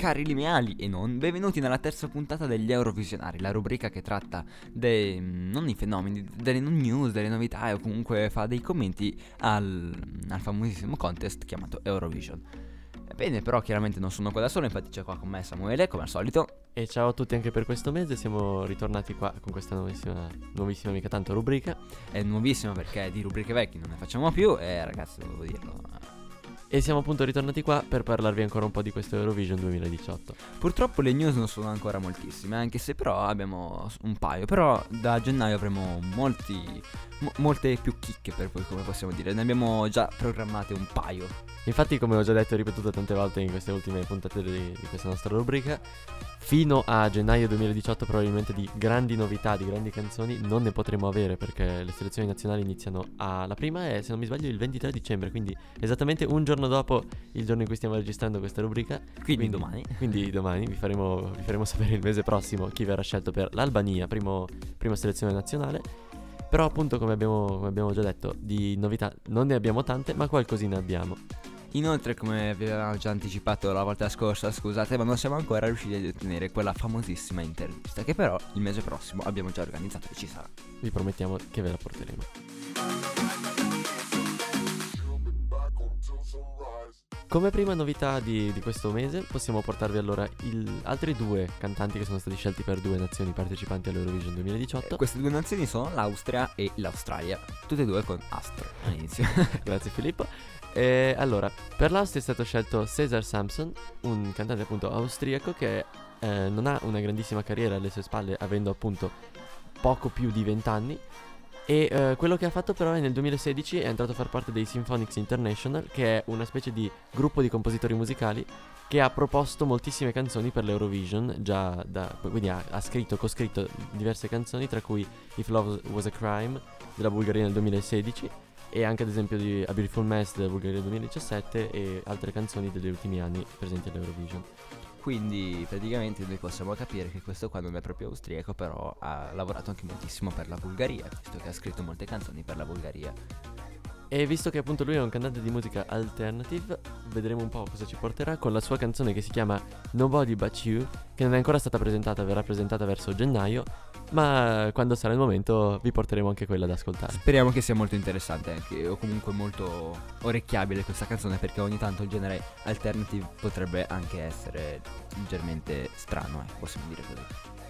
Cari lineali e non, benvenuti nella terza puntata degli Eurovisionari, la rubrica che tratta non i fenomeni, delle news, delle novità o comunque fa dei commenti al famosissimo contest chiamato Eurovision. Bene, però chiaramente non sono qua da solo, infatti c'è qua con me Samuele, come al solito. E ciao a tutti anche per questo mese, siamo ritornati qua con questa nuovissima mica tanto rubrica. È nuovissima perché di rubriche vecchie non ne facciamo più e ragazzi, devo dirlo. E siamo appunto ritornati qua per parlarvi ancora un po' di questo Eurovision 2018. Purtroppo le news non sono ancora moltissime, anche se però abbiamo un paio. Però da gennaio avremo molte più chicche, per poi, come possiamo dire. Ne abbiamo già programmate un paio. Infatti, come ho già detto e ripetuto tante volte in queste ultime puntate di questa nostra rubrica, fino a gennaio 2018 probabilmente di grandi novità, di grandi canzoni non ne potremo avere, perché le selezioni nazionali iniziano la prima è, se non mi sbaglio, il 23 dicembre, quindi esattamente un giorno dopo il giorno in cui stiamo registrando questa rubrica. Quindi domani. Quindi domani vi faremo sapere il mese prossimo chi verrà scelto per l'Albania, prima selezione nazionale. Però appunto, come abbiamo già detto, di novità non ne abbiamo tante, ma qualcosina abbiamo. Inoltre, come avevamo già anticipato la volta scorsa, scusate, ma non siamo ancora riusciti ad ottenere quella famosissima intervista, che però il mese prossimo abbiamo già organizzato e ci sarà. Vi promettiamo che ve la porteremo. Come prima novità di questo mese possiamo portarvi allora altri due cantanti che sono stati scelti per due nazioni partecipanti all'Eurovision 2018. Queste due nazioni sono l'Austria e l'Australia, tutte e due con Astro all'inizio. Grazie Filippo. Allora, per l'Austria è stato scelto César Samson, un cantante appunto austriaco che non ha una grandissima carriera alle sue spalle, avendo appunto poco più di 20 anni. E quello che ha fatto però è nel 2016 è entrato a far parte dei Symphonics International, che è una specie di gruppo di compositori musicali che ha proposto moltissime canzoni per l'Eurovision, quindi ha coscritto diverse canzoni, tra cui If Love Was a Crime della Bulgaria nel 2016 e anche ad esempio di A Beautiful Mess della Bulgaria nel 2017 e altre canzoni degli ultimi anni presenti all'Eurovision. Quindi praticamente noi possiamo capire che questo qua non è proprio austriaco, però ha lavorato anche moltissimo per la Bulgaria, visto che ha scritto molte canzoni per la Bulgaria. E visto che appunto lui è un cantante di musica alternative, vedremo un po' cosa ci porterà con la sua canzone che si chiama Nobody But You, che non è ancora stata presentata, verrà presentata verso gennaio, ma quando sarà il momento vi porteremo anche quella ad ascoltare. Speriamo che sia molto interessante anche, o comunque molto orecchiabile questa canzone, perché ogni tanto il genere alternative potrebbe anche essere leggermente strano, possiamo dire così.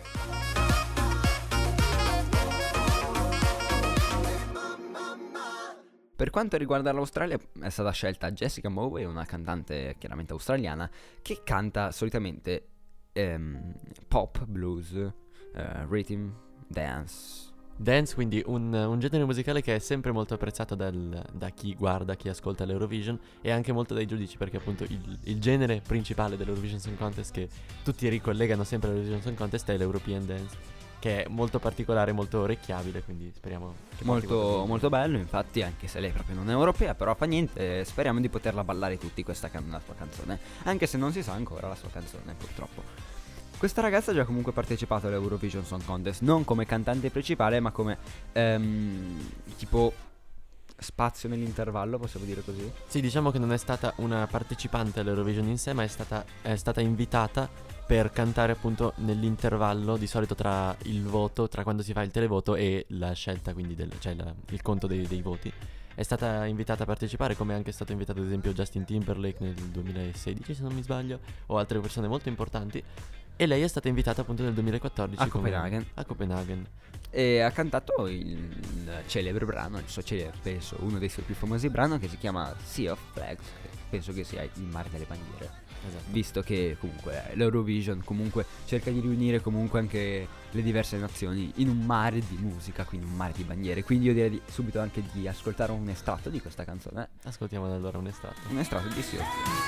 Per quanto riguarda l'Australia è stata scelta Jessica Mowbray, una cantante chiaramente australiana che canta solitamente pop, blues, rhythm, dance, quindi un genere musicale che è sempre molto apprezzato da chi guarda, chi ascolta l'Eurovision e anche molto dai giudici, perché appunto il genere principale dell'Eurovision Song Contest che tutti ricollegano sempre all'Eurovision Song Contest è l'European Dance, che è molto particolare, molto orecchiabile, quindi speriamo che molto bello, infatti, anche se lei proprio non è europea, però fa niente, speriamo di poterla ballare tutti la sua canzone, anche se non si sa ancora la sua canzone, purtroppo. Questa ragazza ha già comunque partecipato all'Eurovision Song Contest, non come cantante principale, ma come tipo spazio nell'intervallo, possiamo dire così? Sì, diciamo che non è stata una partecipante all'Eurovision in sé, ma è stata invitata per cantare appunto nell'intervallo, di solito tra il voto, tra quando si fa il televoto e la scelta, quindi il conto dei voti. È stata invitata a partecipare, come è anche stato invitato ad esempio Justin Timberlake nel 2016, se non mi sbaglio, o altre persone molto importanti. E lei è stata invitata appunto nel 2014 a Copenaghen. E ha cantato il celebre brano, penso uno dei suoi più famosi brani, che si chiama Sea of Flags, che penso che sia il mare delle bandiere. Esatto. Visto che comunque l'Eurovision comunque cerca di riunire comunque anche le diverse nazioni in un mare di musica, quindi un mare di bandiere. Quindi io direi subito anche di ascoltare un estratto di questa canzone. Ascoltiamo allora un estratto. Un estratto di Sea of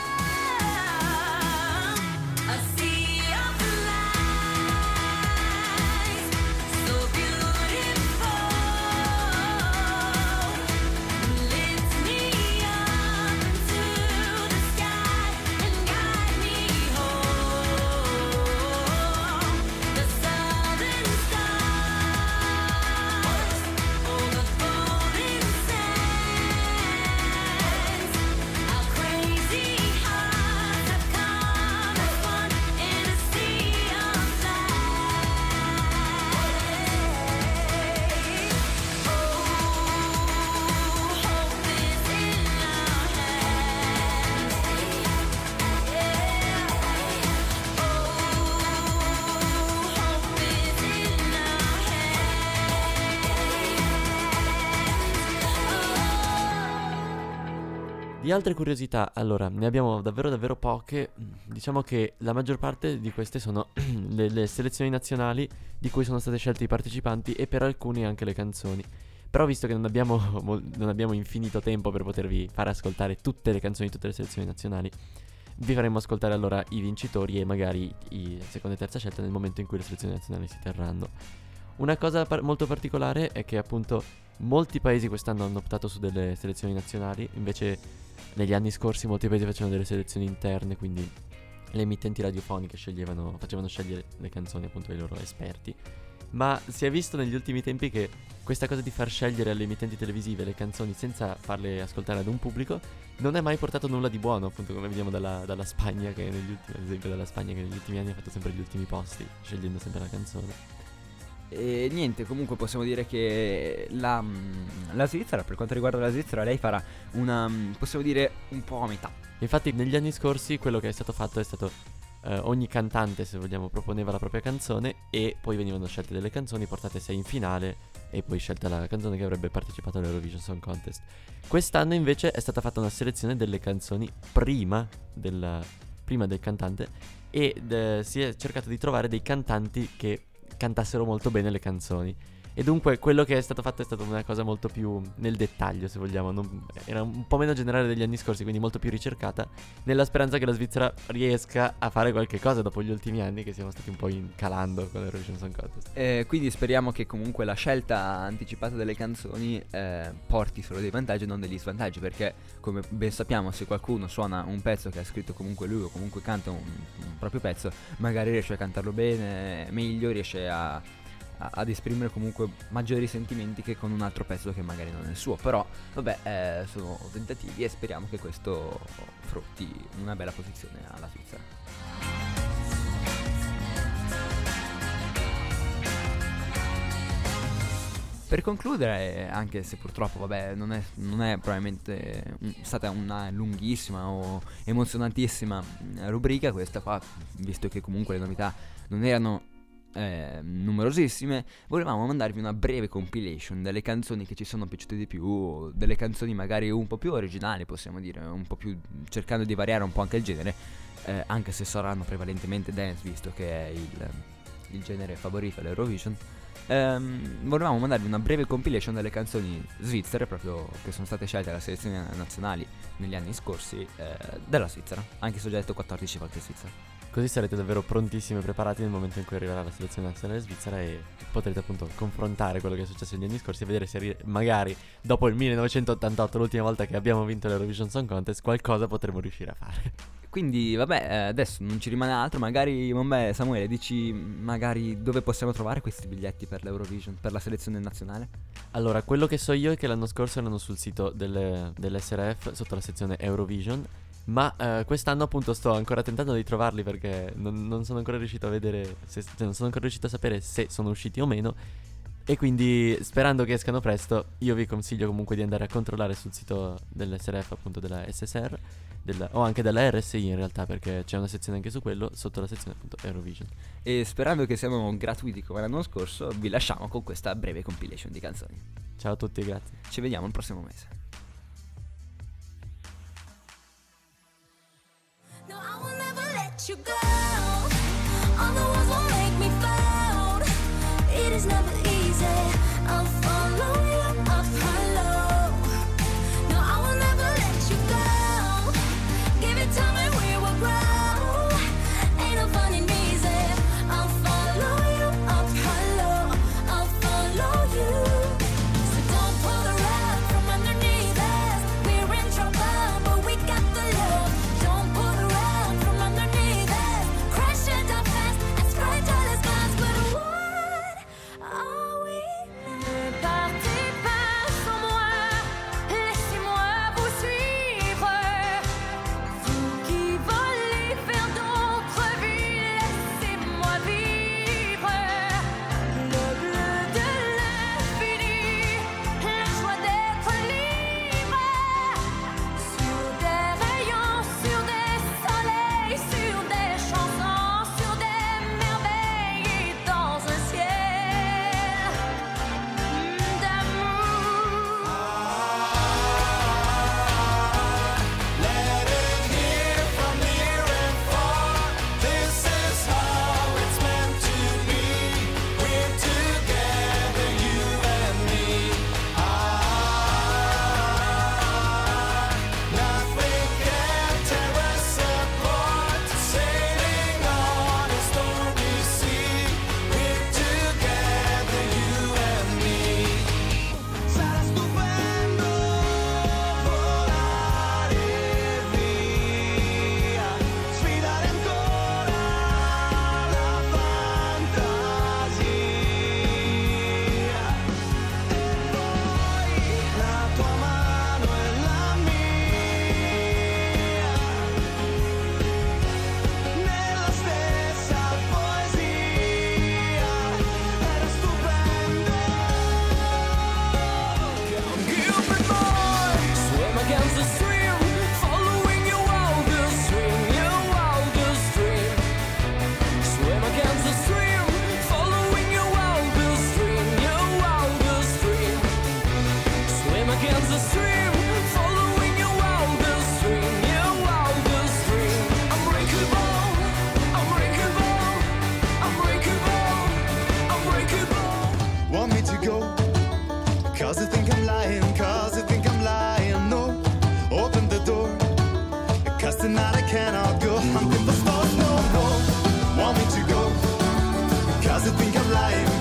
Flags. Crazy heart Di altre curiosità, allora, ne abbiamo davvero davvero poche. Diciamo che la maggior parte di queste sono le selezioni nazionali di cui sono state scelti i partecipanti e per alcuni anche le canzoni. Però visto che non abbiamo infinito tempo per potervi fare ascoltare tutte le canzoni di tutte le selezioni nazionali, vi faremo ascoltare allora i vincitori e magari i seconda e terza scelta nel momento in cui le selezioni nazionali si terranno. Una cosa molto particolare è che appunto molti paesi quest'anno hanno optato su delle selezioni nazionali, invece negli anni scorsi molti paesi facevano delle selezioni interne, quindi le emittenti radiofoniche facevano scegliere le canzoni appunto ai loro esperti. Ma si è visto negli ultimi tempi che questa cosa di far scegliere alle emittenti televisive le canzoni senza farle ascoltare ad un pubblico non è mai portato nulla di buono, appunto come vediamo dalla Spagna che ad esempio dalla Spagna che negli ultimi anni ha fatto sempre gli ultimi posti, scegliendo sempre la canzone. E niente, comunque possiamo dire che la Svizzera, per quanto riguarda la Svizzera, lei farà una, possiamo dire, un po' a metà. Infatti negli anni scorsi quello che è stato fatto è stato ogni cantante, se vogliamo, proponeva la propria canzone e poi venivano scelte delle canzoni, portate 6 in finale e poi scelta la canzone che avrebbe partecipato all'Eurovision Song Contest. Quest'anno invece è stata fatta una selezione delle canzoni prima del cantante e si è cercato di trovare dei cantanti che cantassero molto bene le canzoni. E dunque quello che è stato fatto è stata una cosa molto più nel dettaglio, se vogliamo. Era un po' meno generale degli anni scorsi, quindi molto più ricercata, nella speranza che la Svizzera riesca a fare qualche cosa dopo gli ultimi anni che siamo stati un po' calando con l'Eurovision Song Contest. Quindi speriamo che comunque la scelta anticipata delle canzoni porti solo dei vantaggi e non degli svantaggi, perché come ben sappiamo, se qualcuno suona un pezzo che ha scritto comunque lui o comunque canta un proprio pezzo, magari riesce a cantarlo bene, meglio, riesce ad esprimere comunque maggiori sentimenti che con un altro pezzo che magari non è il suo. Però vabbè, sono tentativi e speriamo che questo frutti una bella posizione alla Svizzera. Per concludere, anche se purtroppo vabbè non è probabilmente stata una lunghissima o emozionantissima rubrica questa qua, visto che comunque le novità non erano numerosissime, volevamo mandarvi una breve compilation delle canzoni che ci sono piaciute di più, delle canzoni magari un po' più originali, possiamo dire, un po' più cercando di variare un po' anche il genere, anche se saranno prevalentemente dance, visto che è il genere favorito all'Eurovision. Volevamo mandarvi una breve compilation delle canzoni svizzere, proprio che sono state scelte dalle selezioni nazionali negli anni scorsi della Svizzera, anche se ho già detto 14 volte Svizzera. Così sarete davvero prontissimi e preparati nel momento in cui arriverà la selezione nazionale svizzera e potrete appunto confrontare quello che è successo negli anni scorsi e vedere se magari dopo il 1988, l'ultima volta che abbiamo vinto l'Eurovision Song Contest, qualcosa potremo riuscire a fare. Quindi vabbè, adesso non ci rimane altro, magari Samuele, dici magari dove possiamo trovare questi biglietti per l'Eurovision, per la selezione nazionale? Allora, quello che so io è che l'anno scorso erano sul sito dell'SRF sotto la sezione Eurovision, ma quest'anno appunto sto ancora tentando di trovarli perché non sono ancora riuscito a vedere non sono ancora riuscito a sapere se sono usciti o meno. E quindi sperando che escano presto, io vi consiglio comunque di andare a controllare sul sito dell'SRF, appunto della SSR o anche della RSI in realtà, perché c'è una sezione anche su quello sotto la sezione appunto Eurovision. E sperando che siano gratuiti come l'anno scorso, vi lasciamo con questa breve compilation di canzoni. Ciao a tutti, grazie. Ci vediamo il prossimo mese. You go. All the ones won't make me fall. It is never easy. I'll follow you up hello. No, I will never let you go. Give it time and we will grow. Ain't no fun in easy. I'll follow you up hello. I'll follow you. So don't pull the rug from underneath us. We're in trouble, but we got the love. Don't pull the rug from underneath. But what are we Cause I think I'm lying, cause I think I'm lying. No, open the door, cause tonight I cannot go. I'm in the stars, no, no, want me to go. Cause I think I'm lying.